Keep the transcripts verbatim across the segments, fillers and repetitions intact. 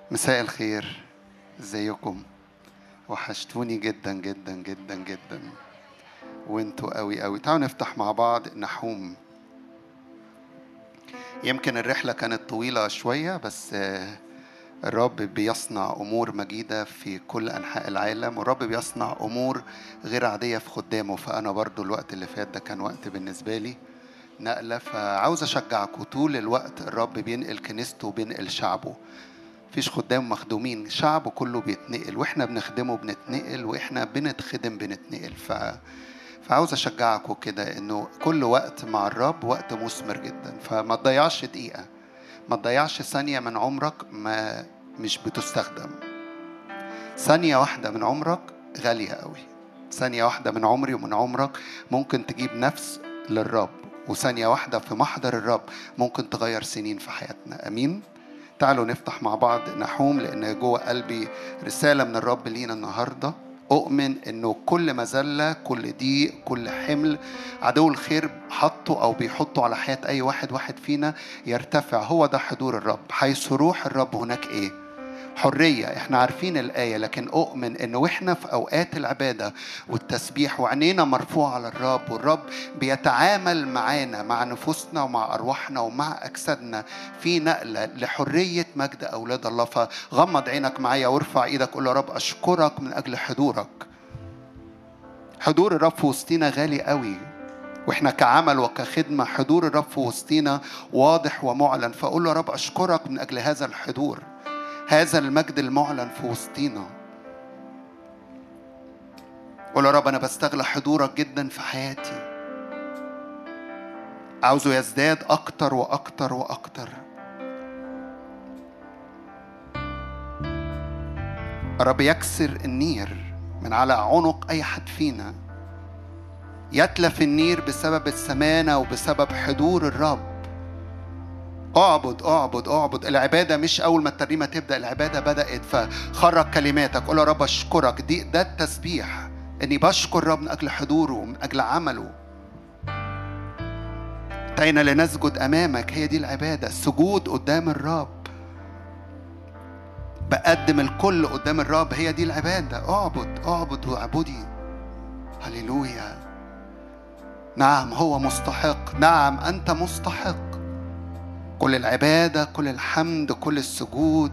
مساء الخير، ازيكم؟ وحشتوني جدا جدا جدا جدا، وانتوا قوي قوي. تعالوا نفتح مع بعض نحوم. يمكن الرحلة كانت طويلة شوية، بس الرب بيصنع أمور مجيدة في كل أنحاء العالم، والرب بيصنع أمور غير عادية في خدامه. فأنا برضو الوقت اللي فات ده كان وقت بالنسبة لي نقلة، فعاوز أشجعكم. طول الوقت الرب بينقل كنيسته وبينقل شعبه. فيش خدام مخدومين، شعبه كله بيتنقل، واحنا بنخدمه بنتنقل، واحنا بنتخدم بنتنقل. ف... فعاوز اشجعكم كده انه كل وقت مع الرب وقت مثمر جدا. فما تضيعش دقيقة، ما تضيعش ثانية من عمرك ما مش بتستخدم. ثانية واحدة من عمرك غالية قوي. ثانية واحدة من عمري ومن عمرك ممكن تجيب نفس للرب، وثانية واحدة في محضر الرب ممكن تغير سنين في حياتنا. أمين. تعالوا نفتح مع بعض نحوم، لأن جوه قلبي رسالة من الرب لينا النهاردة. أؤمن أنه كل مزلة، كل ضيق، كل حمل عدو الخير حطه أو بيحطه على حياة أي واحد واحد فينا يرتفع. هو ده حضور الرب. حيث روح الرب هناك إيه؟ حرية. احنا عارفين الآية، لكن أؤمن أنه وإحنا في أوقات العبادة والتسبيح وعنينا مرفوع على الرب، والرب بيتعامل معانا، مع نفوسنا ومع أرواحنا ومع أجسادنا في نقلة لحرية مجد أولاد الله. فغمض عينك معايا وارفع إيدك، قول يا رب أشكرك من أجل حضورك. حضور الرب في وسطينا غالي قوي، وإحنا كعمل وكخدمة حضور الرب في وسطينا واضح ومعلن. فقول يا رب أشكرك من أجل هذا الحضور، هذا المجد المعلن في وسطينا. قول يا رب أنا بستغل حضورك جدا في حياتي، عاوزه يزداد أكتر وأكتر وأكتر. الرب يكسر النير من على عنق أي حد فينا، يتلف النير بسبب السمانة وبسبب حضور الرب. اعبد اعبد اعبد. العبادة مش أول ما الترنيمة تبدأ، العبادة بدأت. فخرج كلماتك، قول يا رب أشكرك. دي ده التسبيح، إني بشكر الرب من أجل حضوره، من أجل عمله. أتينا لنسجد أمامك، هي دي العبادة، السجود قدام الرب. بقدم الكل قدام الرب، هي دي العبادة. اعبد اعبد واعبدي. هللويا. نعم هو مستحق، نعم أنت مستحق كل العبادة، كل الحمد، كل السجود.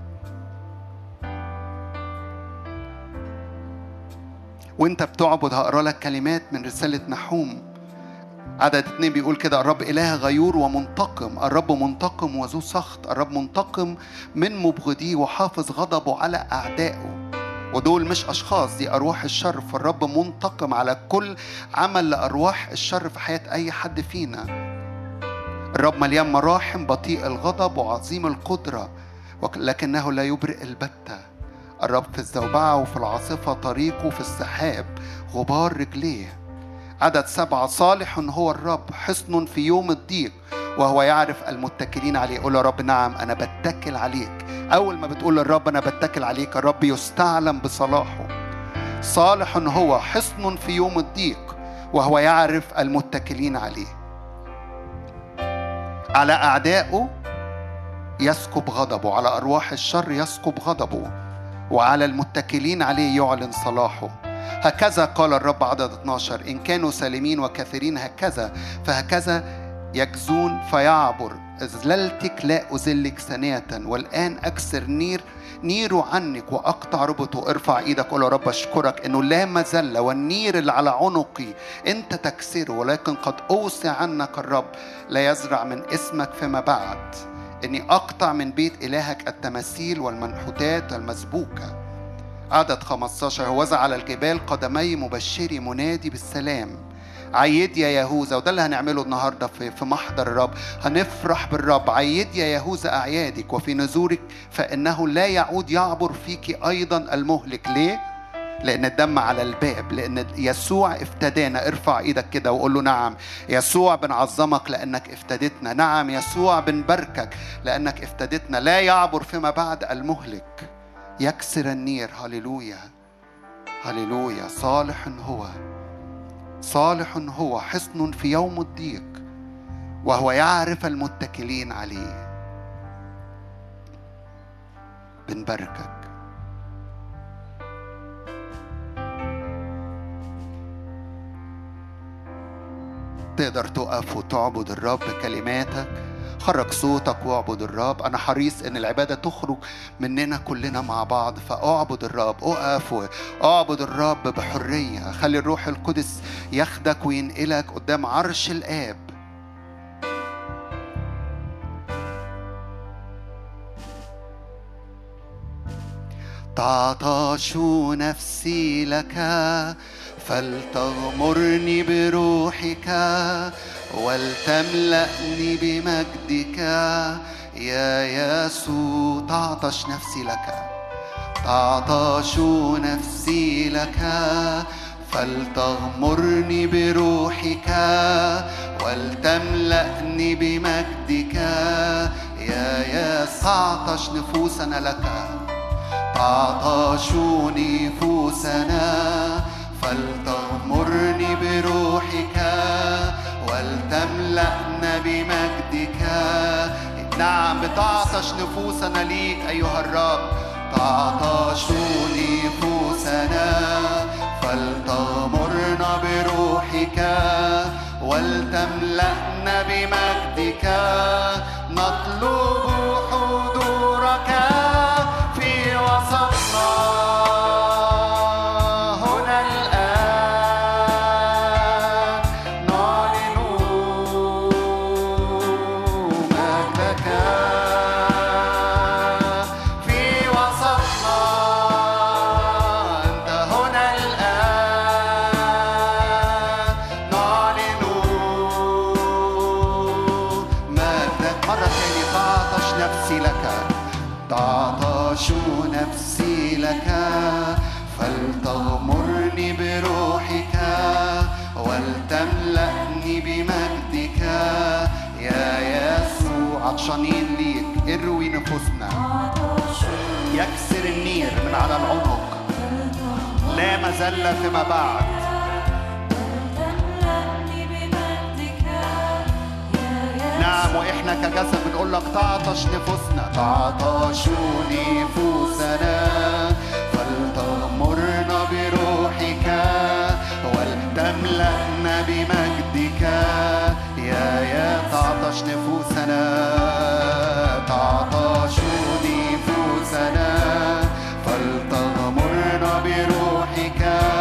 وانت بتعبد هقرأ لك كلمات من رسالة نحوم عدد اتنين، بيقول كده: الرب إله غيور ومنتقم. الرب منتقم وذو سخط. الرب منتقم من مبغضيه وحافظ غضبه على أعدائه. ودول مش أشخاص، دي أرواح الشر. فالرب منتقم على كل عمل لأرواح الشر في حياة أي حد فينا. الرب مليان مراحم، بطيء الغضب وعظيم القدرة، لكنه لا يبرئ البتة. الرب في الزوبعة وفي العاصفة طريقه، في السحاب غبار رجليه. عدد سبعة: صالح هو الرب، حصن في يوم الضيق، وهو يعرف المتكلين عليه. قول يا رب نعم أنا بتكل عليك. أول ما بتقول للرب أنا بتكل عليك، الرب يستعلم بصلاحه. صالح هو، حصن في يوم الضيق، وهو يعرف المتكلين عليه. على أعدائه يسكب غضبه، على أرواح الشر يسكب غضبه، وعلى المتكلين عليه يعلن صلاحه. هكذا قال الرب، عدد اثناشر: إن كانوا سالمين وكثيرين هكذا فهكذا يجزون فيعبر. أذللتك لا أذلك ثانية، والآن أكسر نير نيره عنك وأقطع ربطه. ارفع إيدك، قول يا رب أشكرك إنه لا مزلة، والنير اللي على عنقي أنت تكسره، ولكن قد أوصي عنك الرب لا يزرع من اسمك فيما بعد. إني أقطع من بيت إلهك التماثيل والمنحوتات المسبوكة. عدد خمسة عشر: هوذا على الجبال قدمي مبشري منادي بالسلام. عيد يا يهوذا. وده اللي هنعمله النهاردة في في محضر الرب. هنفرح بالرب. عيد يا يهوذا أعيادك وفي نزورك، فإنه لا يعود يعبر فيك أيضا المهلك. ليه؟ لأن الدم على الباب، لأن يسوع افتدانا. ارفع إيدك كده وقول له نعم يسوع بنعظمك لأنك افتدتنا. نعم يسوع بنباركك لأنك افتدتنا. لا يعبر فيما بعد المهلك، يكسر النير. هللويا هللويا. صالح هو، صالح هو، حصن في يوم الضيق، وهو يعرف المتكلين عليه. بنباركك. تقدر تقف وتعبد الرب بكلماتك. خرج صوتك واعبد الرب. أنا حريص إن العبادة تخرج مننا كلنا مع بعض، فأعبد الرب. أقف وأعبد الرب بحرية. خلي الروح القدس ياخدك وينقلك قدام عرش الآب. تعطش نفسي لك فلتغمرني بروحك ولتملأني بمجدك يا يسوع. تعطش نفسي لك، تعطش نفسي لك فلتغمرني بروحك ولتملأني بمجدك يا يسوع. تعطش نفوسنا لك، تعطش نفوسنا فلتغمرني بروحك ولتملأنا بمجدك. نعم، بتعطش نفوسنا ليك أيها الرب. تعطش نفوسنا فلتغمرنا بروحك ولتملأنا بمجدك. نطلب حضورك في وسطنا هنا الآن. نعلن مجدك في وسطنا. أنت هنا الآن. نعلن مجدك. مرة تانية. تعطش نفسي لك، تعطش نفسي لك فلتغمرني بروحك ولتملأني بمجدك يا يسوع. عطشانين ليك. اروي نفوسنا. يكسر النير من على العنق، لا مزل فيما بعد. نعم، وإحنا كجسد بنقول لك تعطش نفوسنا. تعطش نفوسنا فلتغمرنا بروحك ولتملأنا بمجدك يا يا. تعطش نفوسنا، تعطش نفوسنا فلتغمرنا بروحك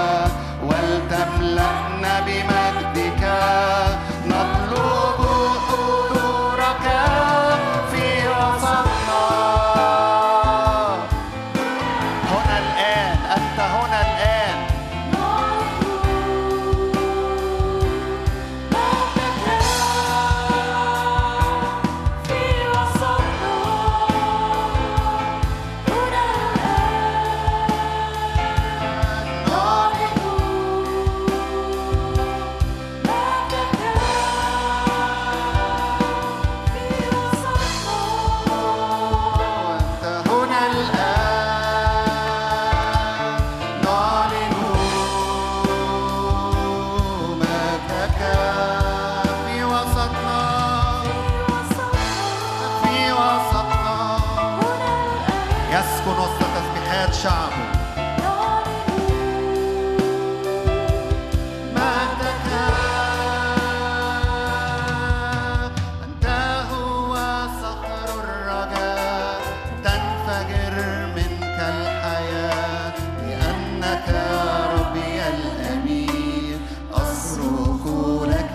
ولتملأنا بمجدك. نطلب حضورك في وسطنا هنا الآن. أنت هنا الآن. في وسطنا هنا الآن. نعلن مجدك في وسطنا. أنت هنا الآن. نعلن مجدك في وسطنا، في وسطنا. يسكن وسط تسبيحات شعبه. مجدك أنت هو صخر الرجاء، تنفجر منك الحياة. لأنك ربي الأمين أصرخ لك.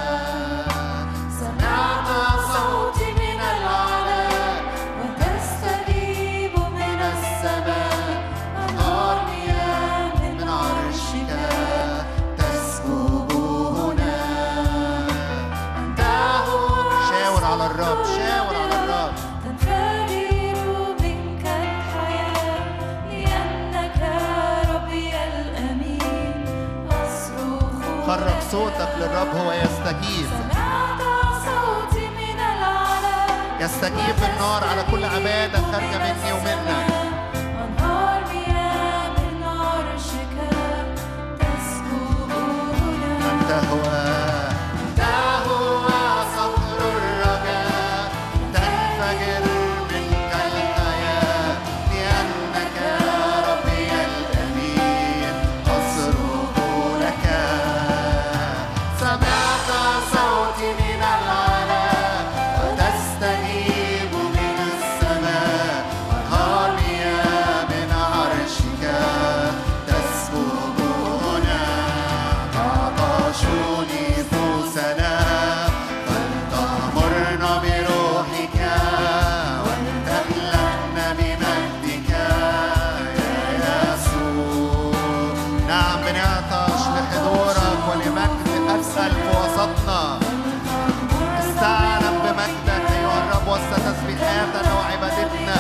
سمعت صوتي من العلا وتستجيب من السماء. أنهار مياه من عرشك تسكب هنا. أنت هو. شاور على الرب، شاور على الرب. تنفجر منك الحياة. لأنك ربي الأمين أصرخ. خرج صوتك للرب، هو يستجيب. سمعت صوتي من العلا. يستجيب النار على كل عبادة خارجة مني ومنك. أنهار مياه من عرشك تسكب هنا. أنت هو، أنت هو صخر الرجاء، تنفجر منك الحياة. تسبيحاتنا وعبادتنا.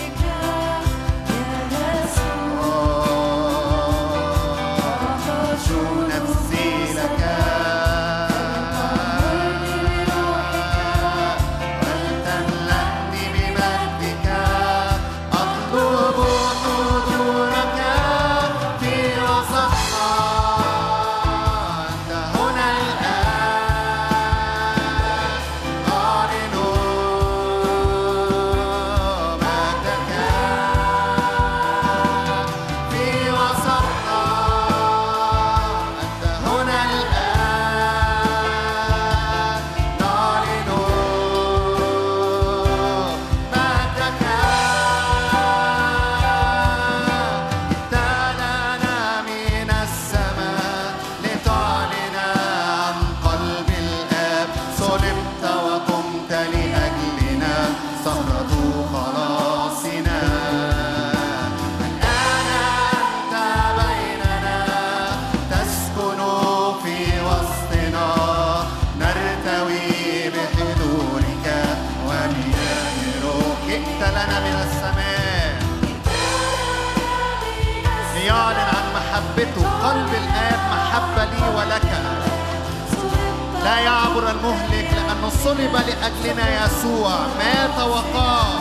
قلب الآب محبة لي ولك، لا يعبر المهلك لأنه صلب لأجلنا يسوع، مات وقام.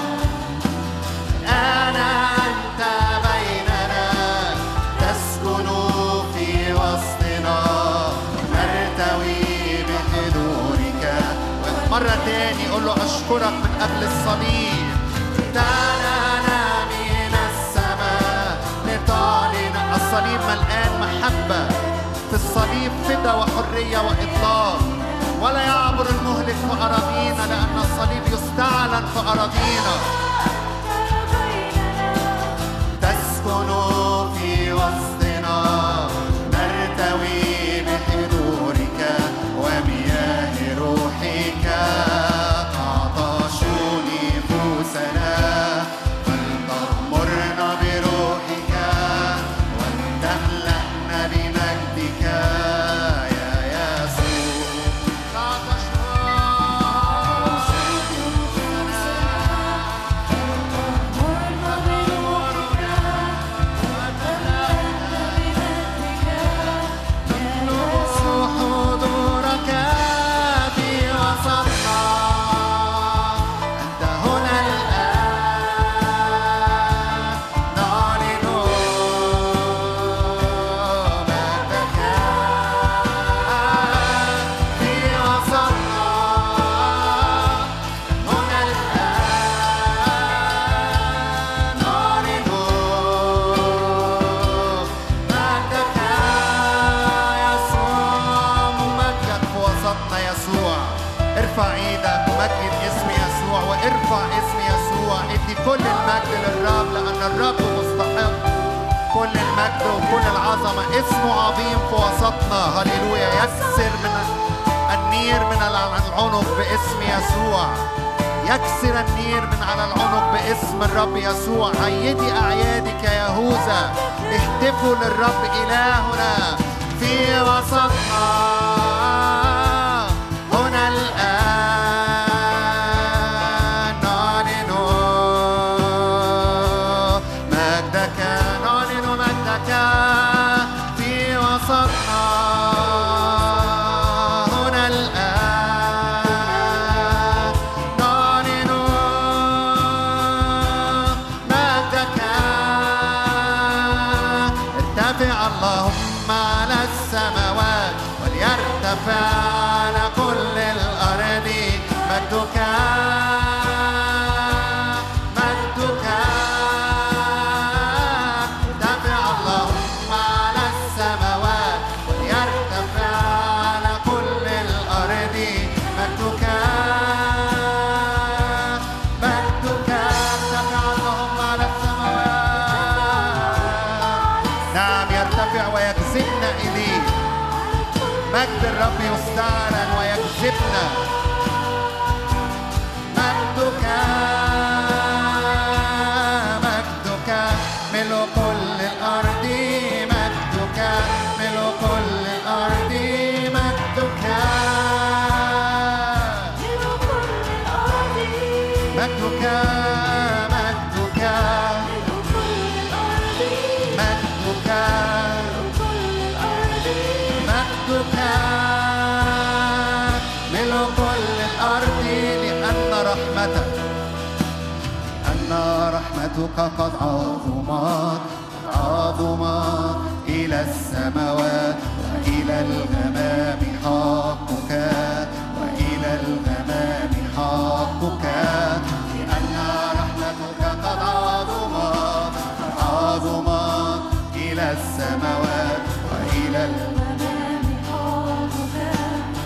أنا أنت بيننا تسكن في وسطنا، نرتوي بحضورك. مرة تاني قول له أشكرك من قبل الصليب. تعالى من السماء لتعلن. الصليب ملآن محبة، في الصليب فدا وحرية وإطلاق، ولا يعبر المهلك في أراضينا لأن الصليب يستعلن في أراضينا. تسكن في وسطنا، نرتوي بحضورك ومياه روحك. تعطش نفوسنا فلتغمرنا بروحك وتملأنا بمجدك يا يسوع. تعطش كل المجد للرب لأن الرب مستحق كل المجد وكل العظمة. اسمه عظيم في وسطنا. هللويا. يكسر من النير من العنق باسم يسوع. يكسر النير من على العنق باسم الرب يسوع. عيدي أعيادك يا يهوذا. اهتفوا للرب إلهنا في وسطنا هنا الآن. نعلن مجدك، نعلن مجدك في وسطنا هنا الآن. نعلن مجدك. ارتفع اللهم على السماوات وليرتفع على كل الأرض مجدك مجدك. ارتفع اللهم على السماوات وليرتفع على كل الأرض مجدك مجدك. ارتفع اللهم على السماوات. نعم يرتفع ويجذبنا إليه. مجد الرب يستعلن ويجذبنا. مجدك مجدك ملء كل الأرض. مجدك ملء كل الأرض. مجدك ملء كل الأرض. مجدك مجدك مجدك مجدك مجدك ملء كل الأرض لأن رحمتك لأن رحمتك قد عظمت عظمت إلى السماوات وإلى الغمام حقك وإلى الغمام حقك لأن رحمتك قد عظمت عظمت إلى السماوات وإلى الغمام حقك.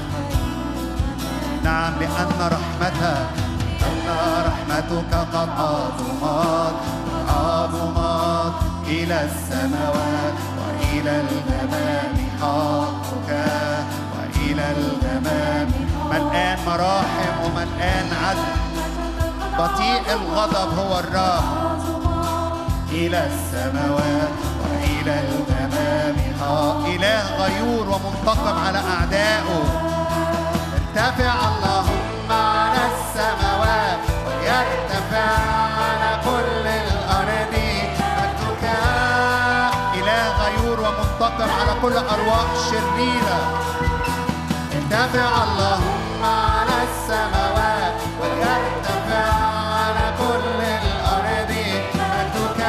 نعم لأن رحمتك لأن رحمتك قد عظمت عظمت إلى السماوات وإلى الغمام حقك وإلى الغمام. ملآن مراحم وملآن عدل بطيء الغضب هو الرب إلى السماوات وإلى الغمام حقك. إله غيور ومنتقم على أعدائه. ارتفع اللهم على السماوات ويرتفع على كل الأرض مجدك. إله غيور ومنتقم على كل أرواح شريرة. ارتفع اللهم على السماوات ويرتفع على كل الأرض مجدك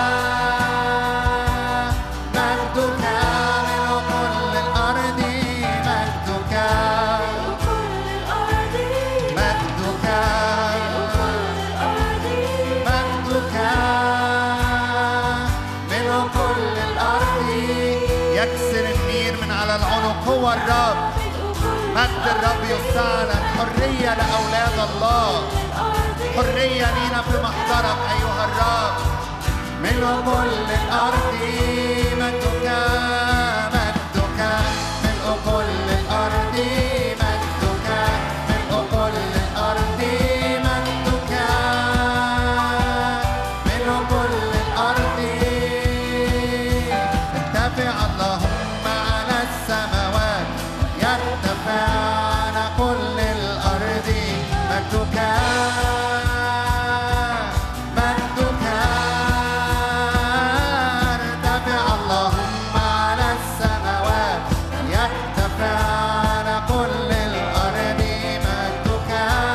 مجدك من كل الأرض مجدك مجدك مجدك من كل الأرض. يكسر النير من على العنق هو الرب. مجد الرب يستعلن. حرية لأولاد الله. حرية لينا في محضرك أيها الرب. من كل الأرض مجدك مجدك من كل الأرض مجدك من كل الأرض مجدك من كل الأرض. ارتفع اللهم على السماوات يرتفع على كل الأرض مجدك مجدك. ارتفع اللهم على السماوات يرتفع على كل الأرض مجدك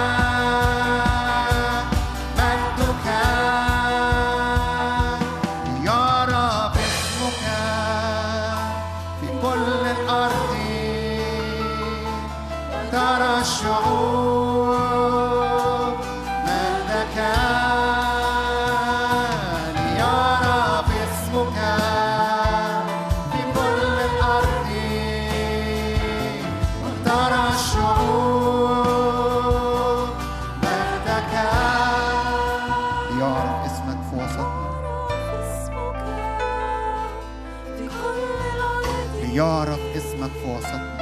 مجدك. يرى اسمك في كل الأرض. ترى الشعوب مجدك. ليرى اسمك في كل الأرض. ترى الشعوب مجدك. ليعرف اسمك في وسطنا. ليعرف اسمك في وسطنا.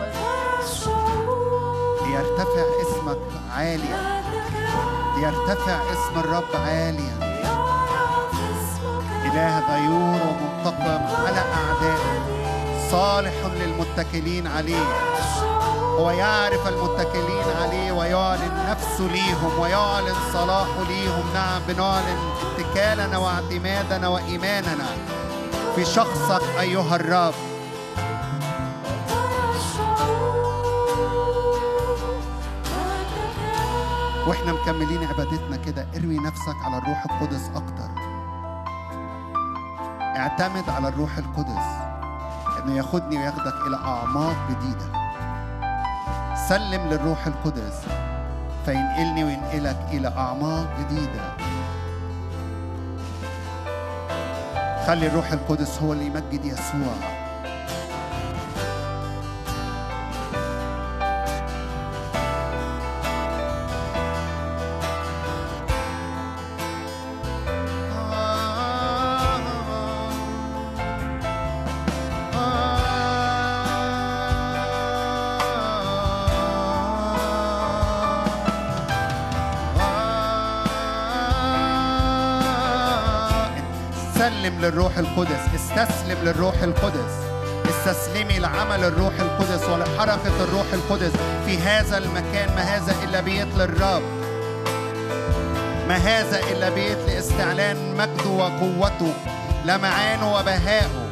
ليرتفع اسمك عاليا. ليرتفع اسم الرب عاليا. إله غيور ومنتقم على أعدائه. صالح للمتكلين عليه. هو يعرف المتكلين عليه ويعلن نفسه ليهم ويعلن صلاحه ليهم. نعم بنعلن اتكالنا واعتمادنا وإيماننا في شخصك أيها الرب. واحنا مكملين عبادتنا كده اروي نفسك على الروح القدس اكتر. اعتمد على الروح القدس انه ياخدني وياخدك الى اعماق جديده. سلم للروح القدس فينقلني وينقلك الى اعماق جديده. خلي الروح القدس هو اللي يمجد يسوع. سلم للروح القدس. استسلم للروح القدس. استسلمي لعمل الروح القدس ولحركة الروح القدس في هذا المكان. ما هذا إلا بيت للرب. ما هذا إلا بيت لاستعلان مجده وقوته، لمعانه وبهائه.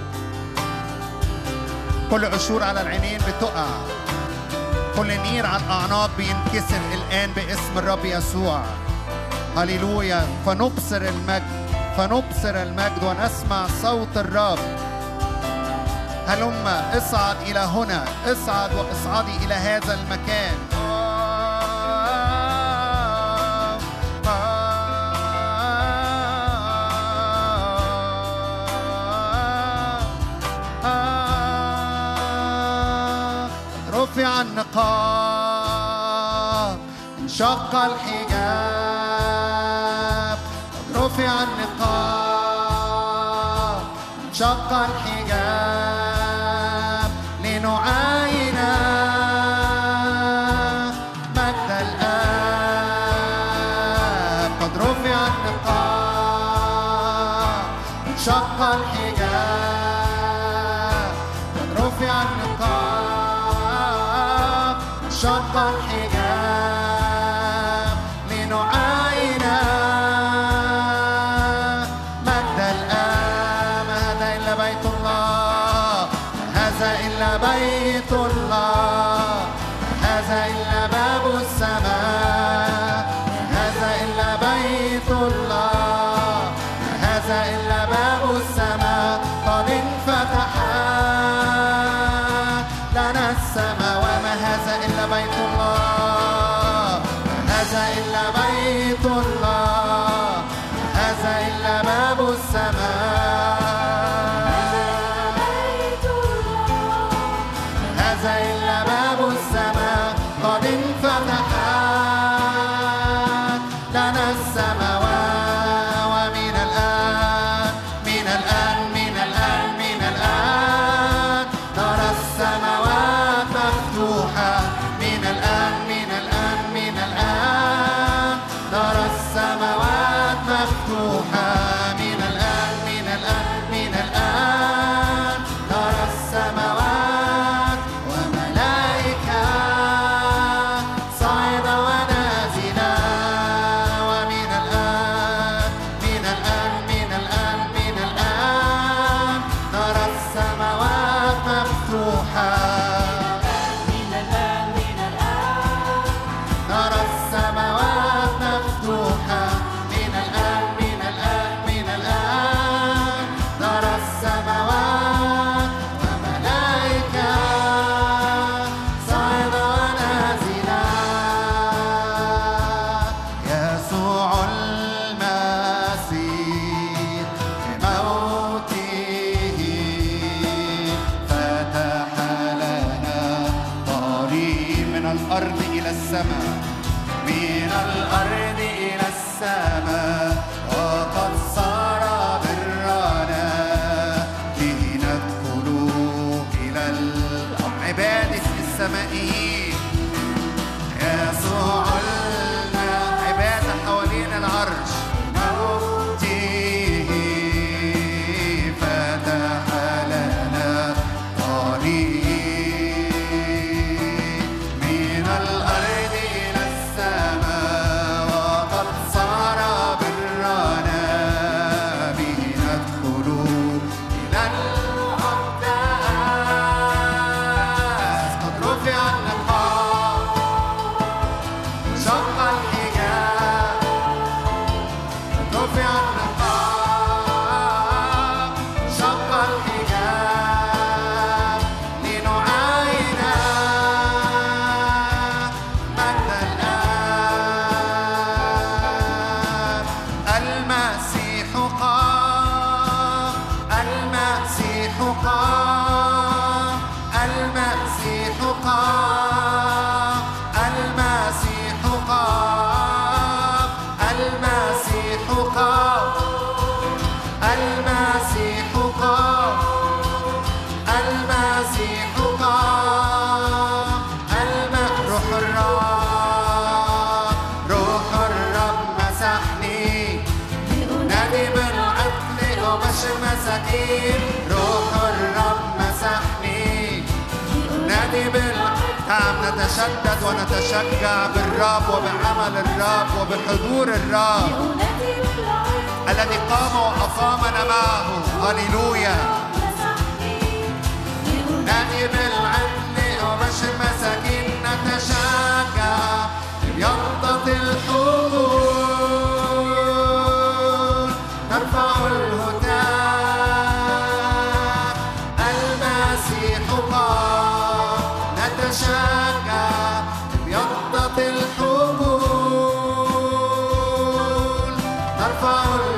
كل عشور على العينين بتقع، كل نير على الأعناق بينكسر الآن باسم الرب يسوع. هللويا. فنبصر المجد، فنبصر المجد ونسمع صوت الرب. هلم اصعد إلى هنا، اصعد واصعدي إلى هذا المكان. رفع النقاب، انشق الحجاب. رفع النقاب، انشق الحجاب، لنعاين مجد الآب. قد رفع النقاب، انشق الحجاب. قد رفع النقاب، انشق الحجاب، لنعاين مجد الآب. ما هذا إلا بيت الله، هذا إلا بيت الله، هذا إلا باب السماء، هذا إلا بيت الله، هذا إلا باب السماء. قد انفتح لنا السماء. وما هذا إلا بيت الله، هذا إلا بيت الله، هذا إلا باب السماء، هذا إلا باب السماء. قد انفتحت لنا السماوات. ومن الآن، من الآن، من الآن، من الآن نرى السماوات مفتوحة. من الآن، من الآن، من الآن نرى السماوات مفتوحة. من الآن، من الآن، من الآن نرى السماوات وملائكة صاعدة ونازلة. ومن الآن، من الآن، من الآن، من الآن نرى السماوات مفتوحة. من الآن، من الآن نرى السماوات مفتوحة. من الآن، من الآن، من الآن نرى السماوات وملائكة صاعدة ونازلة. يسوع المسيح بموته فتح لنا طريق من الأرض إلى السماء، من الأرض إلى السماء. وقد صار برنا لندخل إلى عبادة السمائيين. يسوع لنا عبادة حوالين العرش. موته فتح لنا طريق من الأرض إلى السماء. وقد صار برنا به ندخل إلى الأقداس. قد رفع النقاب، شق الحجاب. قد رفع النقاب، شق الحجاب، لنعاين مجد الآب. المسيح قام، المسيح قام، المسيح قام، المسيح قام، المسيح قام، المسيح قام، المسيح قام. الم- روح الرب، روح الرب مسحني نادي بالعقل وبشر مساكين. روح الرب مسحني نادي بالعقل. تعال نتشدد ونتشجع بالرب وبعمل الرب وبحضور الرب الذي قام وأقامنا معه. هللويا. نأتي بالعدل وبشر مساكين نتشجع ينطق الحضور نرفع الهتاف المسيح قام نتشجع ينطق الحضور نرفع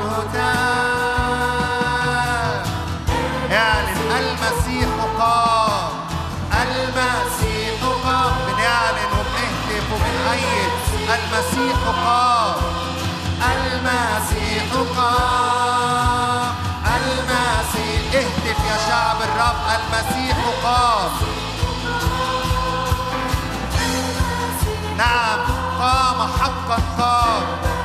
الهتاف اعلن المسيح قام المسيح قام. بنعلن وبنهتف وبنأيد المسيح قام المسيح قام المسيح. اهتف يا شعب الرب المسيح قام. نعم قام حقا قام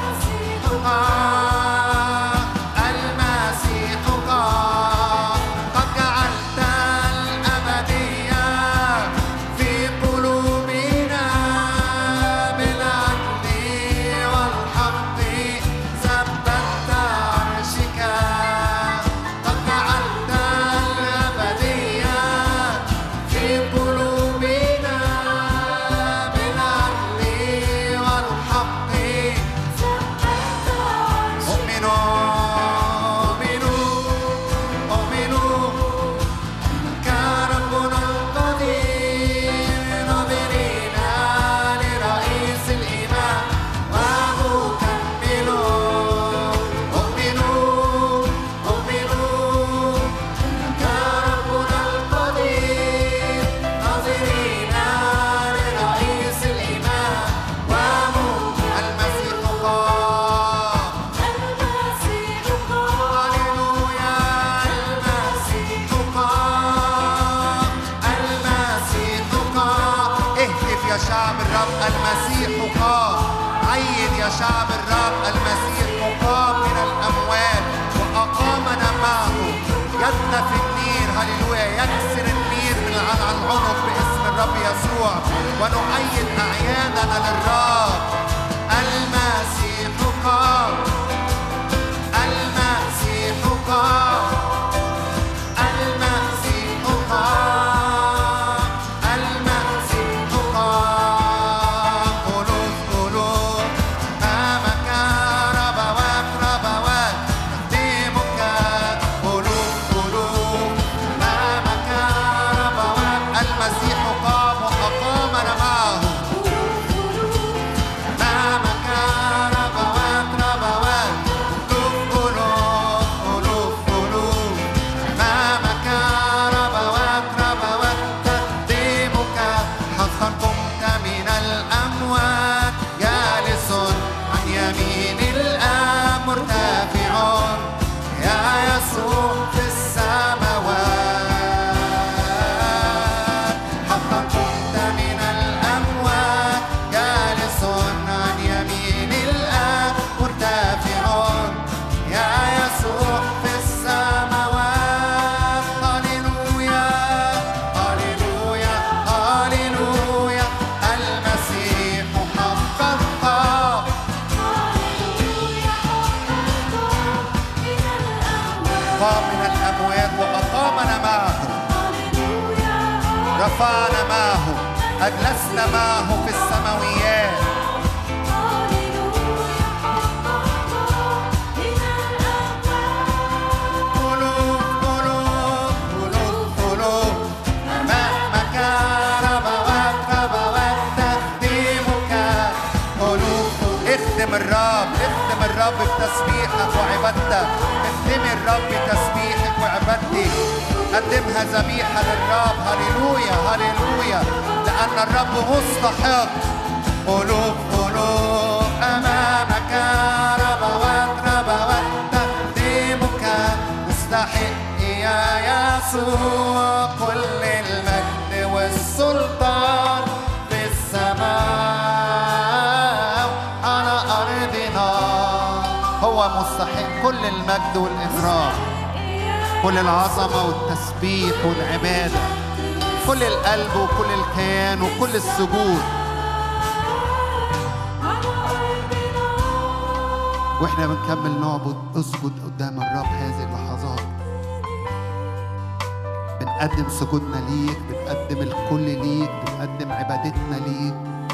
قام المسيح قام. قد جعلت الأبدية في قلوبنا بالعدل والحق ثبت عرشك. قد جعلت الأبدية في قلوبنا بالعدل والحق. أؤمنوا أؤمنوا أؤمنوا كربنا القدير ناظرين لرئيس الإيمان ومكملون. أؤمنوا أؤمنوا كربنا القدير ناظرين لرئيس الإيمان ومكمل. المسيح قام. المسيح قام. هللويا. المسيح قام. المسيح قام. اهتف يا شعب الرب المسيح قام. عيد يا شعب الرب المسيح قام من الأموات وأقامنا معه. يدنا في النير. هللويا. يكسر النير من على العنق باسم الرب يسوع ونؤيد أعيادنا للرب. المسيح قام. المسيح قام. المسيح قام. المسيح قام. قلوب قلوب أمامك ربوات ربوات نخدمك. قلوب قلوب أمامك ربوات. المسيح قام وأقامنا معه. أمامك ربوات ربوات. قلوب قلوب قلوب أمامك ربوات ربوات تقديمك. حقا قمت من الأموات جالس عن يمين الآب مرتفع يا يسوع في السماوات. حقا قمت من الأموات جالس عن يمين الآب مرتفع يا يسوع في السماوات. هللويا هللويا هللويا. المسيح حقا قام. قام من الأموات وأقامنا معه. رفعنا معه. أجلسنا معه في السماويات. قلوب قلوب قلوب قلوب أمامك ربوات ربوات تخدمك. قلوب. اخدم الرب. اخدم الرب بتسبيحك وعبادتك. اخدمي الرب بتسبيحك وعبادتك. قدمها ذبيحة للرب. هللويا هللويا لأن الرب مستحق. قلوب قلوب أمامك ربوات ربوات تقدمك. مستحق يا يسوع كل المجد والسلطان في السماء على أرضنا. هو مستحق كل المجد والإكرام كل العظمة والتسبيح والعبادة كل القلب وكل الكيان وكل السجود. واحنا بنكمل نعبد اسجد قدام الرب هذه اللحظات، بنقدم سجودنا ليك، بنقدم الكل ليك، بنقدم عبادتنا ليك.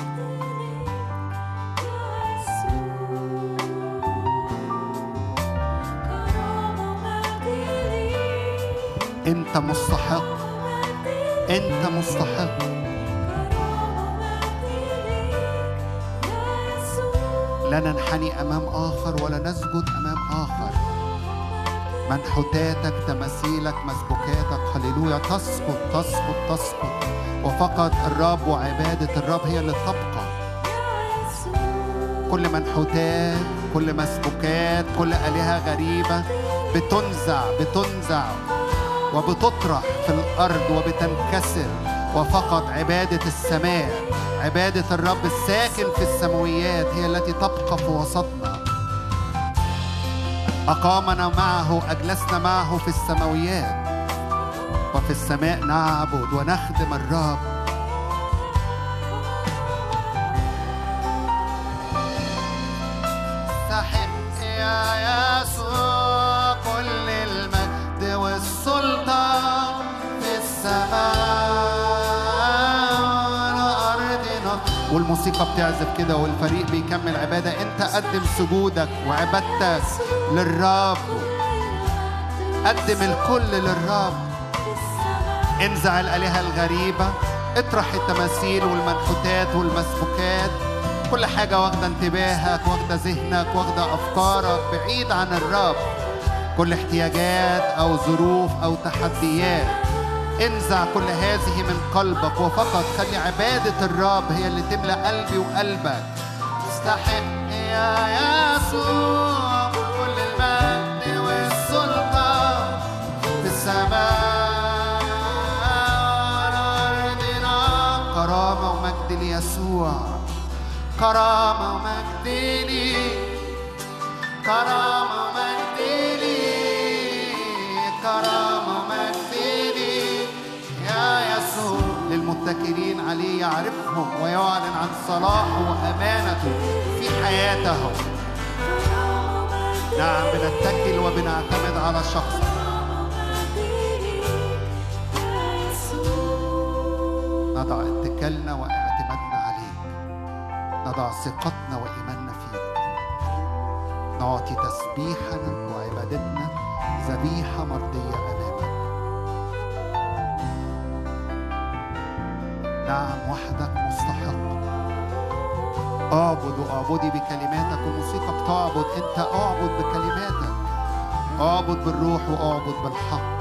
انت مستحق، انت مستحق. لا ننحني امام اخر ولا نسجد امام اخر. منحوتاتك، تماثيلك، مسبوكاتك، هللويا، تسقط تسقط تسقط، وفقط الرب وعبادة الرب هي اللي تبقى. كل منحوتات، كل مسبوكات، كل آلهة غريبة بتنزع بتنزع وبتطرح في الأرض وبتنكسر، وفقط عبادة السماء، عبادة الرب الساكن في السماويات هي التي تبقى في وسطنا. أقامنا معه، أجلسنا معه في السماويات، وفي السماء نعبد ونخدم الرب. استحق يا يسوع كل المجد والسلطة في السماء والأرض. والموسيقى بتعزف كده والفريق بيكمل عبادة. انت قدم سجودك وعبادتك للرب، قدم الكل للرب. انزع الآلهة الغريبة، اطرح التماثيل والمنحوتات والمسبوكات، كل حاجة واخدة انتباهك، واخدة ذهنك، واخدة أفكارك بعيد عن الرب. كل احتياجات أو ظروف أو تحديات، انزع كل هذه من قلبك، وفقط خلي عبادة الرب هي اللي تملأ قلبي وقلبك. استحق يا يسوع كل المجد والسلطة في السماء والأرض. كرامة ومجد ليسوع، كرامة ومجد لي، كرامة ومجد لي، كرامة ومجد لي يا يسوع. للمتكلين عليه يعرفهم ويعلن عن صلاحه وأمانته في حياتهم. نعم، بنتكل وبنعتمد على شخصك. نضع اتكالنا واعتمادنا عليك، نضع ثقتنا وإيماننا فيك، نعطي تسبيحنا وعبادتنا ذبيحة مرضية أمامك. نعم، وحدك مستحق. اعبد واعبدي بكلماتك. والموسيقى بتعبد، انت اعبد بكلماتك، اعبد بالروح واعبد بالحق.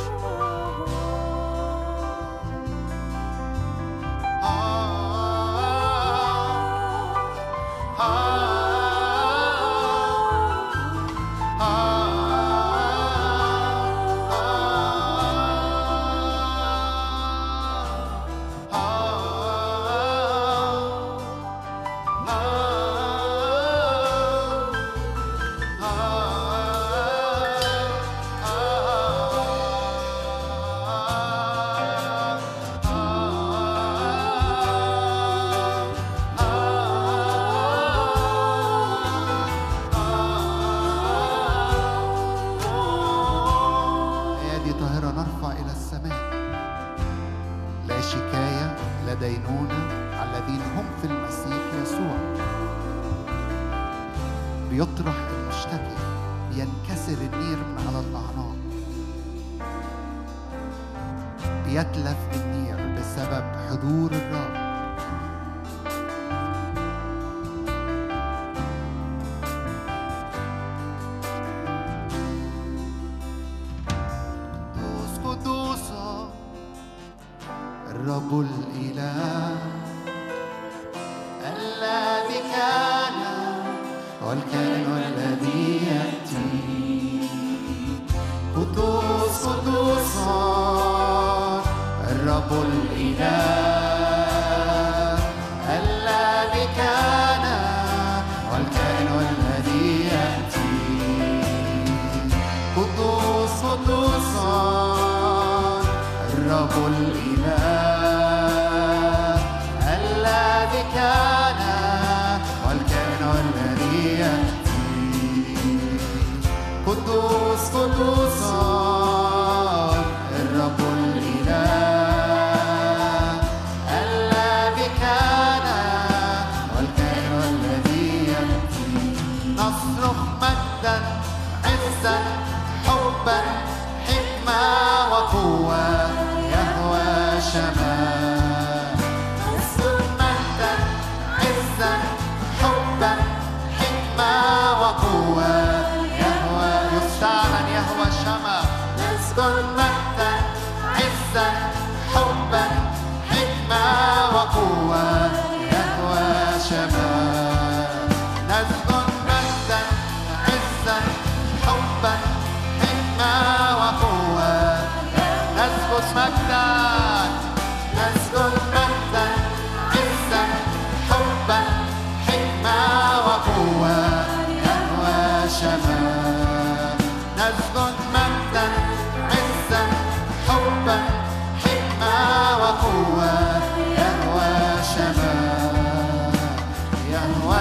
بيطرح المشتكي، بينكسر النير من على الأعناق، بيتلف النير بسبب حضور الرب. قدوس قدوس الرب الإله الذي كان والكائن والذي يأتي. قدوس قدوس الرب الإله الذي كان والكائن والذي يأتي. قدوس قدوس الرب الإله عزا حبا حكمة وقوة يهوى شمال نسجد مجدا عزا حبا حكمة وقوة يهوى يستعلن يهوى شمال نسجد مجدا عزا حبا حكمة وقوة يهوى شمال نسجد مجدا عزا حبا حكمة وقوة نسجد مجدا نسجد مجدا عزا حبا حكمة وقوة يهوى شمال نسجد مجدا عزا حبا حكمة وقوة يهوى شمال يهوى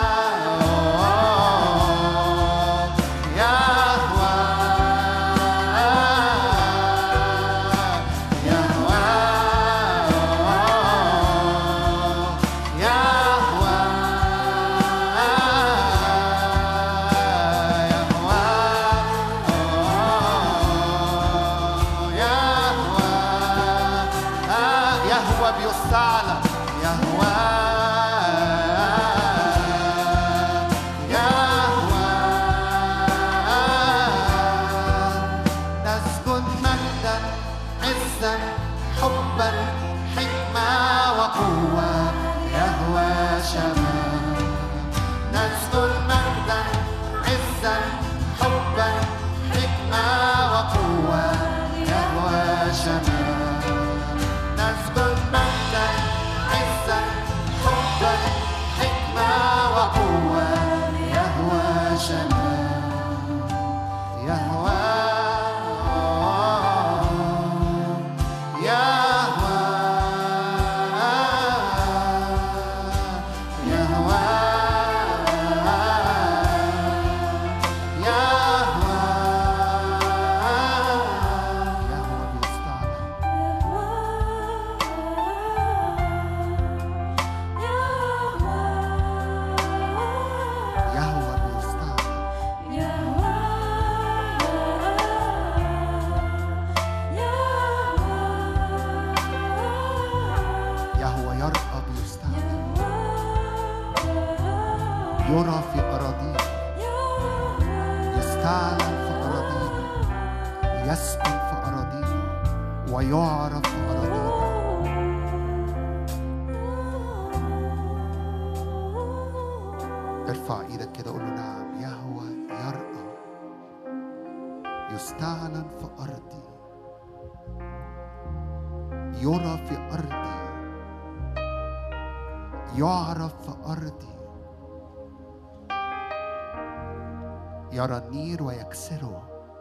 يرى النير ويكسره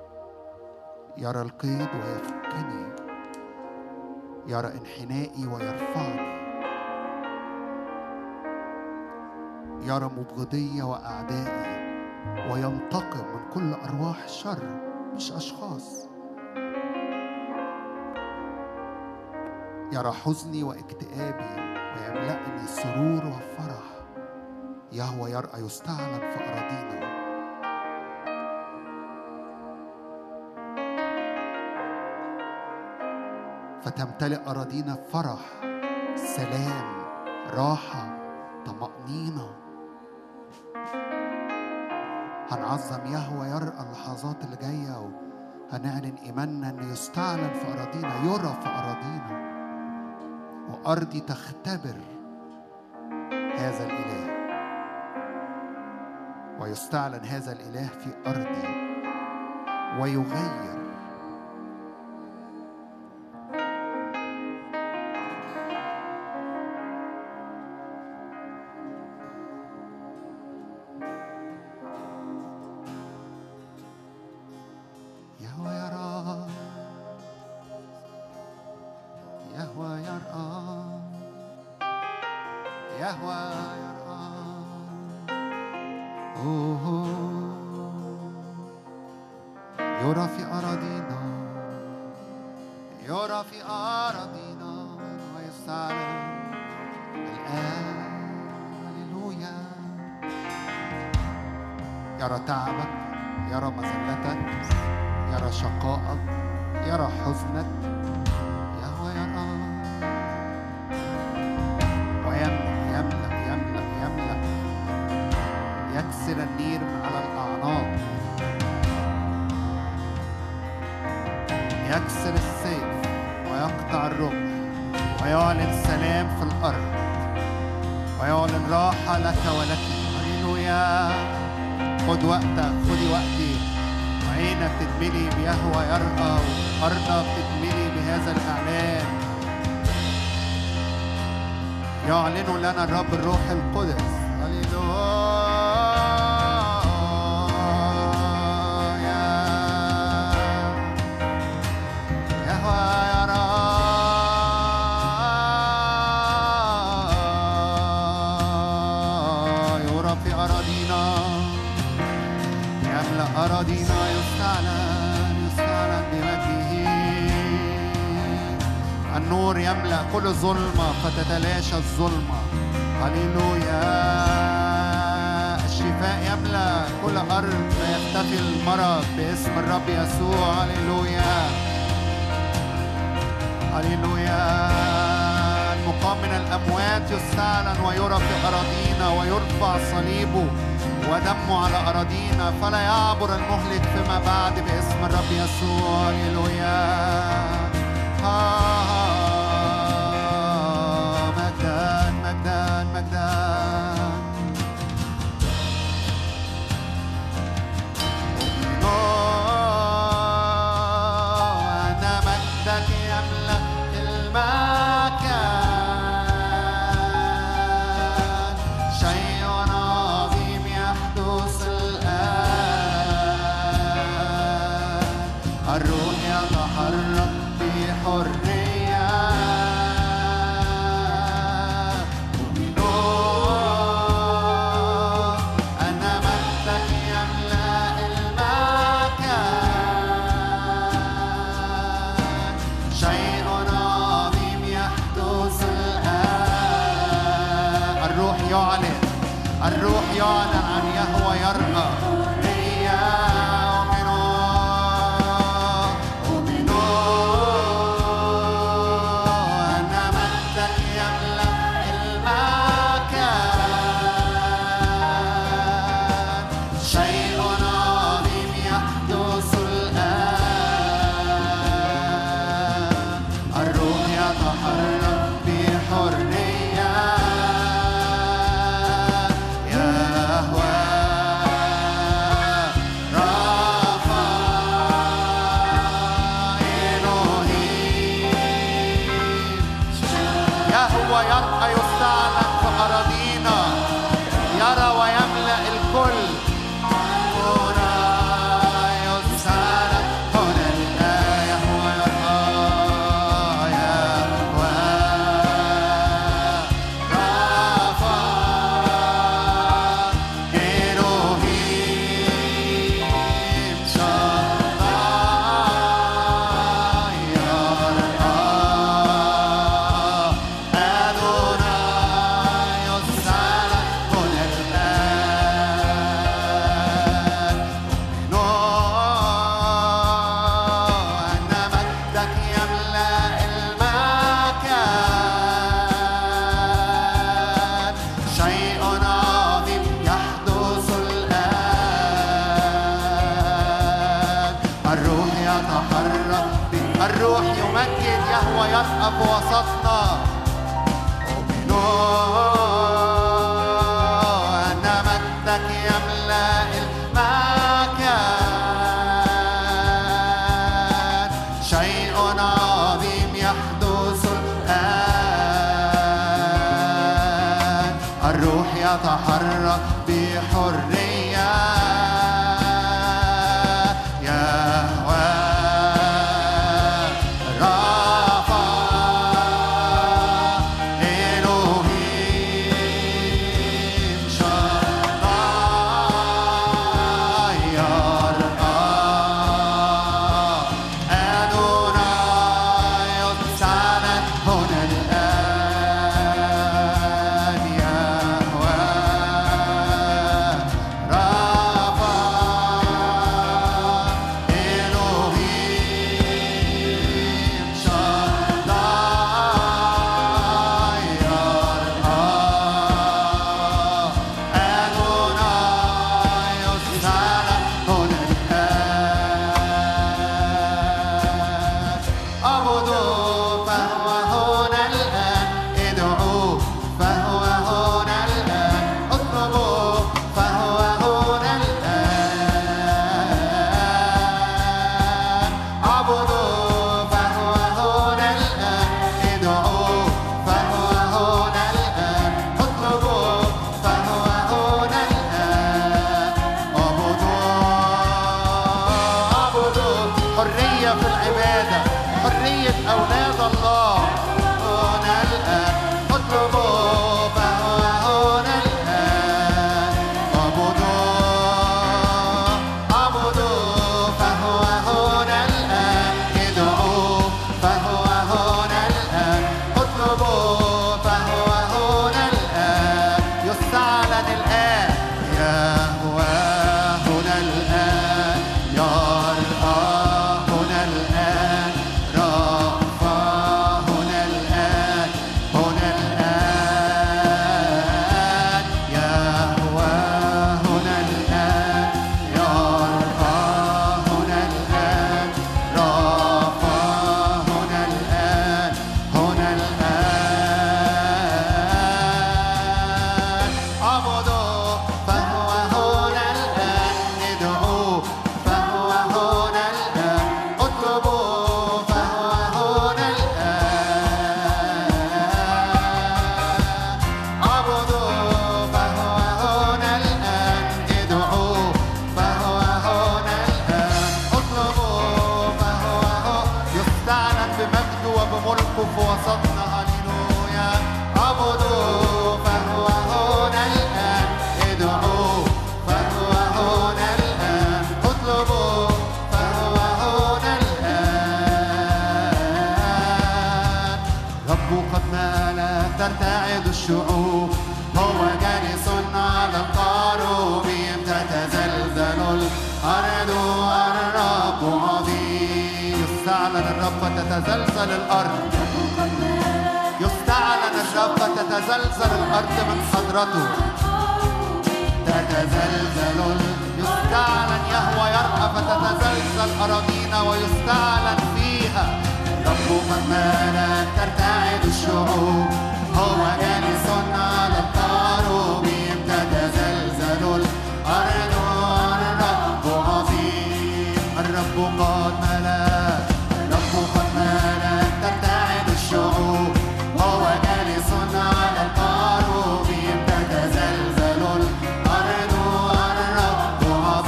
يرى القيد ويفكني يرى انحنائي ويرفعني يرى مبغضية وأعدائي وينتقم من كل أرواح شر مش أشخاص يرى حزني واكتئابي ويملأني سرور وفرح يهوى يرأى يستعلن في أراضينا فتمتلئ أراضينا فرح سلام راحة طمأنينة هنعظم يهوى يرأى اللحظات اللي جاية وهنعلن إيماننا أن يستعلن في أراضينا يرى في أراضينا وأرضي تختبر هذا الإله ويستعلن هذا الإله في أرضي ويغير يرى تعبك يرى مذلتك، يرى شقائك، يرى حزنك. يهوه يرى ويملأ يملأ يملأ يملأ، يكسر النير على الأعناق، يكسر السيف ويقطع الرمح، ويعلن سلام في الأرض، ويعلن راحة لك ولك. هللويا. خد وقتك، خدي وقتي، وعينك تتملي بيهوى يرقى، وأرضك تتملي بهذا الإعلان. يعلن لنا الرب الروح القدس. هللويا. أراضينا يستعلن يستعلن بمجده. النور يملأ كل ظلمة فتتلاشى الظلمة. هللويا. الشفاء يملأ كل أرض فيختفي المرض باسم الرب يسوع. هللويا هللويا. المقام من الأموات يستعلن ويرى في أراضينا، ويرفع صليبه ودمه على أراضينا، فلا يعبر المهلك فيما بعد باسم الرب يسوع. هللويا. مجدان مجدان مجدان. أنا مجدك يملأ المكان. الروح يتحرك بحرية. أؤمن أن مجدك يملأ المكان. شيء عظيم يحدث الآن. الروح يعلن الروح يعلن عن يهوه يرقى. يرقى في وسطنا. أؤمن أن مجدك يملأ المكان. شيء عظيم يحدث الآن. الروح يتحرك بحرية. حرية في العبادة، حرية أولاد الله. هنا الآن اطلبوا فهو هنا الآن، اعبدوا اعبدوا فهو هنا الآن، ادعوا فهو هنا الآن، اطلبوا فهو هنا الآن، يستعلن الآن يهوى هنا الآن، يرقى هنا الآن، رأفة هنا الآن، هنا الآن، يهوى هنا الآن، يرقى هنا الآن، رأفة هنا الآن، هنا الآن. اعبدوا فهو هنا الآن، ادعوا فهو هنا الآن، اطلبوا فهو هنا الآن. اعبدوا فهو هنا الآن، ادعوا فهو هنا الآن، اطلبوا فهو هو يستعلن بمجده وبملكه في وسطنا. هللويا. اعبدوا فهو هنا الآن، ادعوا فهو هنا الآن، اطلبوا فهو هنا الآن. رب قد مال ترتعد الشعوب، هو جالس على القاروبين، تتزلزل الأرض والرب عظيم. يستعلن الرب فتتزلزل الأرض، يستعلن الرب فتتزلزل الأرض من حضرته، تتزلزل ال- يستعلن يهوى يرقى فتتزلزل أراضينا ويستعلن فيها. رب قد مال ترتعد الشعوب، هو جالس على القاروبين، تتزلزل الأرض والرب عظيم. الرب قد ملا، الرب قد ملا ترتعد الشعوب، هو جالس على القاروبين، تتزلزل الأرض والرب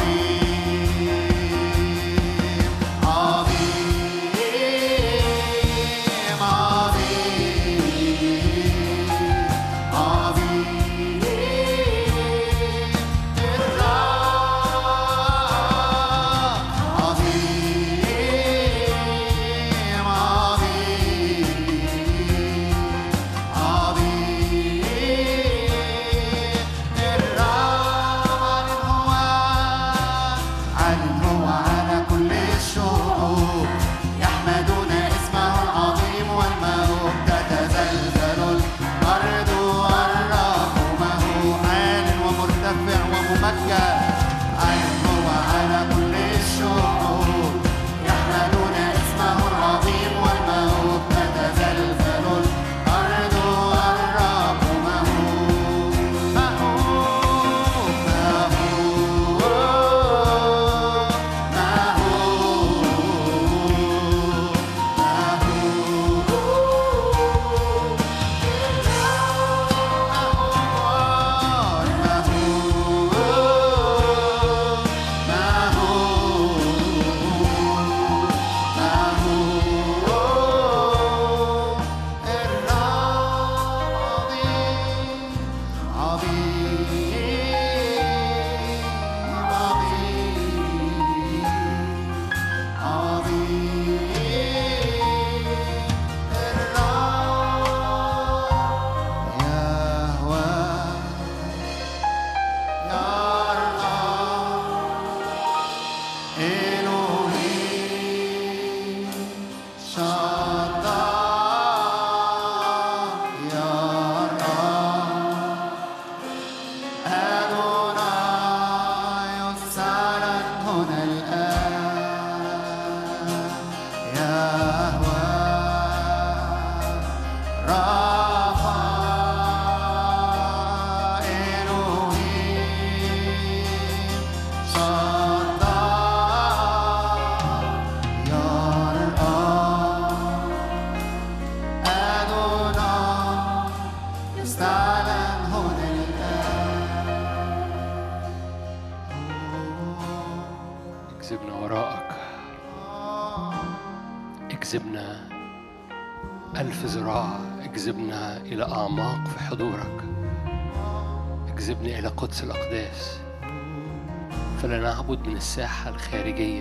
عظيم. عظيم عظيم عظيم الرب، عظيم عظيم عظيم الرب. عال هو على كل الشعوب، يحمدون اسمه العظيم والمهوب، تتزلزل الأرض والرب مهوب. عال ومرتفع وممجد، عال هو على كل الشعوب، يحمدون اسمه العظيم والمهوب، تتزلزل الأرض والرب مهوب. مهوب مهوب جذبنا وراءك. اجذبنا ألف ذراع، اجذبنا إلى أعماق في حضورك، اجذبنا إلى قدس الأقداس. فلا نعبد من الساحة الخارجية،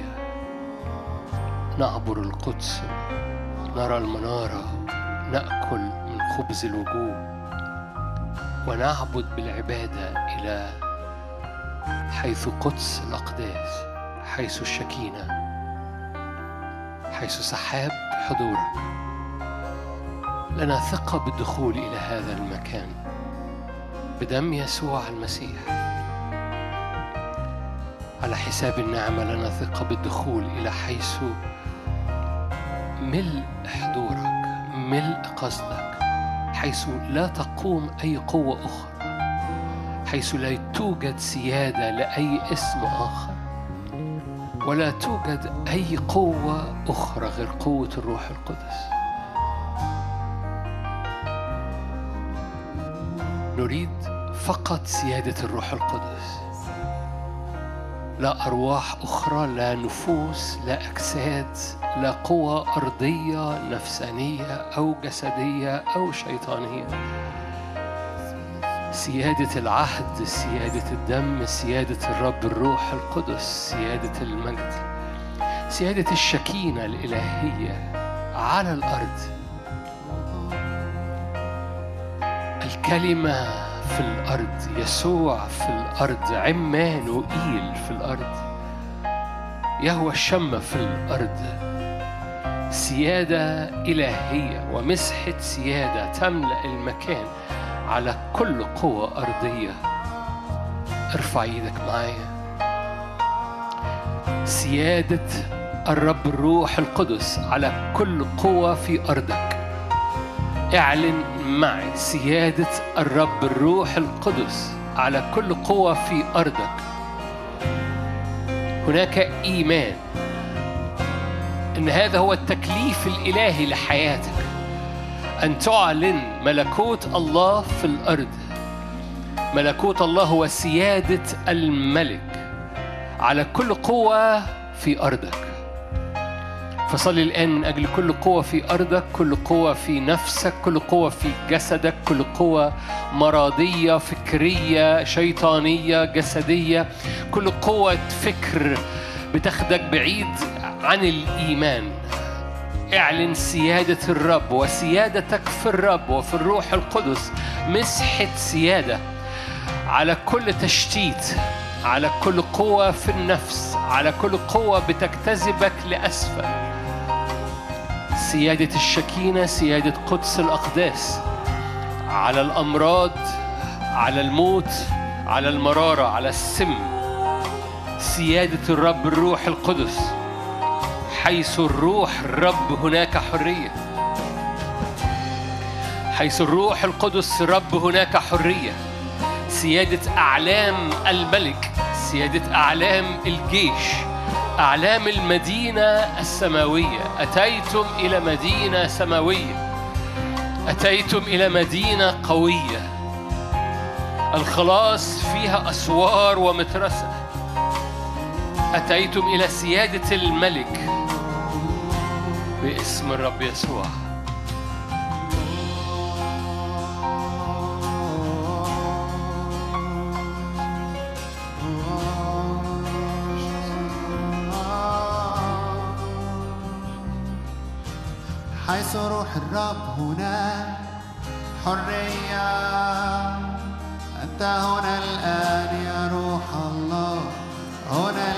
نعبر القدس، نرى المنارة، نأكل من خبز الوجوه، ونعبد بالعبادة إلى حيث قدس الأقداس، حيث الشكينة، حيث سحاب حضورك. لنا ثقة بالدخول إلى هذا المكان بدم يسوع المسيح. على حساب النعمة لنا ثقة بالدخول إلى حيث ملء حضورك، ملء قصدك، حيث لا تقوم أي قوة أخرى، حيث لا توجد سيادة لأي اسم آخر، ولا توجد أي قوة أخرى غير قوة الروح القدس. نريد فقط سيادة الروح القدس، لا أرواح أخرى، لا نفوس، لا أجساد، لا قوة أرضية نفسانية أو جسدية أو شيطانية. سيادة العهد، سيادة الدم، سيادة الرب الروح القدس، سيادة المجد، سيادة الشكينة الإلهية على الأرض. الكلمة في الأرض، يسوع في الأرض، عمانوئيل في الأرض، يهوى الشمة في الأرض. سيادة إلهية ومسحة سيادة تملأ المكان على كل قوة أرضية. ارفع ايدك معايا. سيادة الرب الروح القدس على كل قوة في أرضك. اعلن معي سيادة الرب الروح القدس على كل قوة في أرضك. هناك إيمان إن هذا هو التكليف الإلهي لحياتك، أن تعلن ملكوت الله في الأرض. ملكوت الله هو سيادة الملك على كل قوة في أرضك. فصلي الآن من أجل كل قوة في أرضك، كل قوة في نفسك، كل قوة في جسدك، كل قوة مرضية، فكرية، شيطانية، جسدية، كل قوة فكر بتاخدك بعيد عن الإيمان. اعلن سيادة الرب وسيادتك في الرب وفي الروح القدس. مسحة سيادة على كل تشتيت، على كل قوة في النفس، على كل قوة بتجتذبك لأسفل. سيادة الشكينة، سيادة قدس الأقداس على الأمراض، على الموت، على المرارة، على السم. سيادة الرب الروح القدس. حيث الروح الرب هناك حرية. حيث الروح القدس الرب هناك حرية. سيادة أعلام الملك، سيادة أعلام الجيش، أعلام المدينة السماوية. أتيتم إلى مدينة سماوية، أتيتم إلى مدينة قوية الخلاص فيها أسوار ومترسة. أتيتم إلى سيادة الملك باسم الرب يسوع. حيث روح الرب هنا حرية. أنت هنا الآن يا روح الله، هنا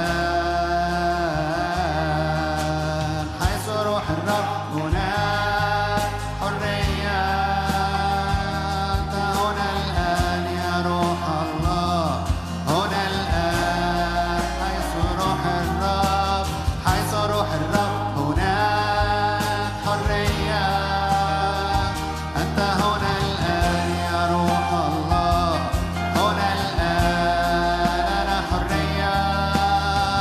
الآن. حيث روح الرب هنا حرية. أنت هنا الآن يا روح الله، هنا الآن. حيث روح الرب، حيث روح الرب هنا حرية. أنت هنا الآن يا روح الله، هنا الآن. لنا حرية،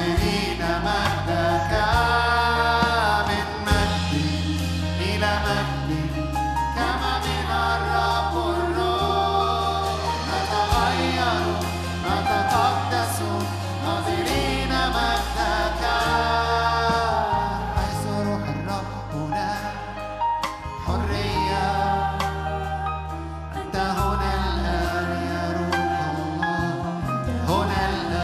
ناظرين مجدك من مجد إلى مجد كما من الرب الروح نتغير نتقدس ناظرين مجدك حيث روح الرب هناك حرية أنت هنا الآن يا روح الله هنا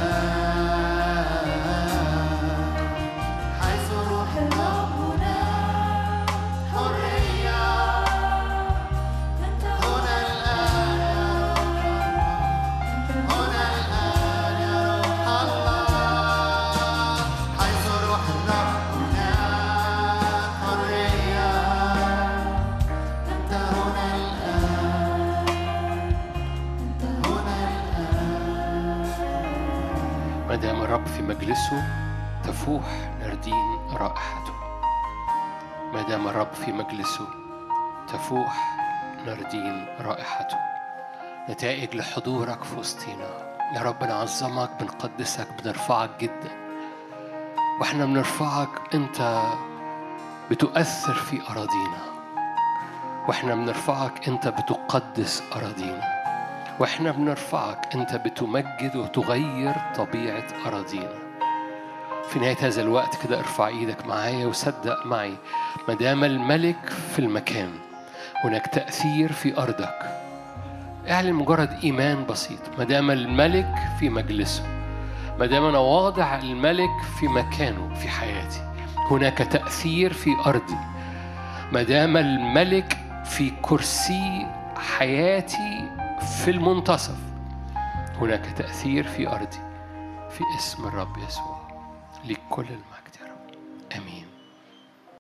الآن حيث روح الرب هناك حرية أنت هنا الآن يا روح الله هنا الآن يا روح الله حيث روح الرب هناك حرية أنت هنا الآن أنت هنا الآن. ما دام الرب في مجلسه تفوح نردين رائحته. ما دام الرب في مجلسه تفوح نردين رائحته. نتائج لحضورك في وسطينا يا رب. نعظمك، بنقدسك، بنرفعك جدا. واحنا بنرفعك انت بتؤثر في أراضينا، واحنا بنرفعك انت بتقدس أراضينا، واحنا بنرفعك انت بتمجد وتغير طبيعة أراضينا. في نهاية هذا الوقت كده ارفع ايدك معايا وصدق معي، ما دام الملك في المكان هناك تأثير في أرضك. اعلن مجرد إيمان بسيط. ما دام الملك في مجلسه، ما دام أنا واضع الملك في مكانه في حياتي، هناك تأثير في أرضي. ما دام الملك في كرسي حياتي في المنتصف، هناك تأثير في أرضي. في اسم الرب يسوع لكل المجد.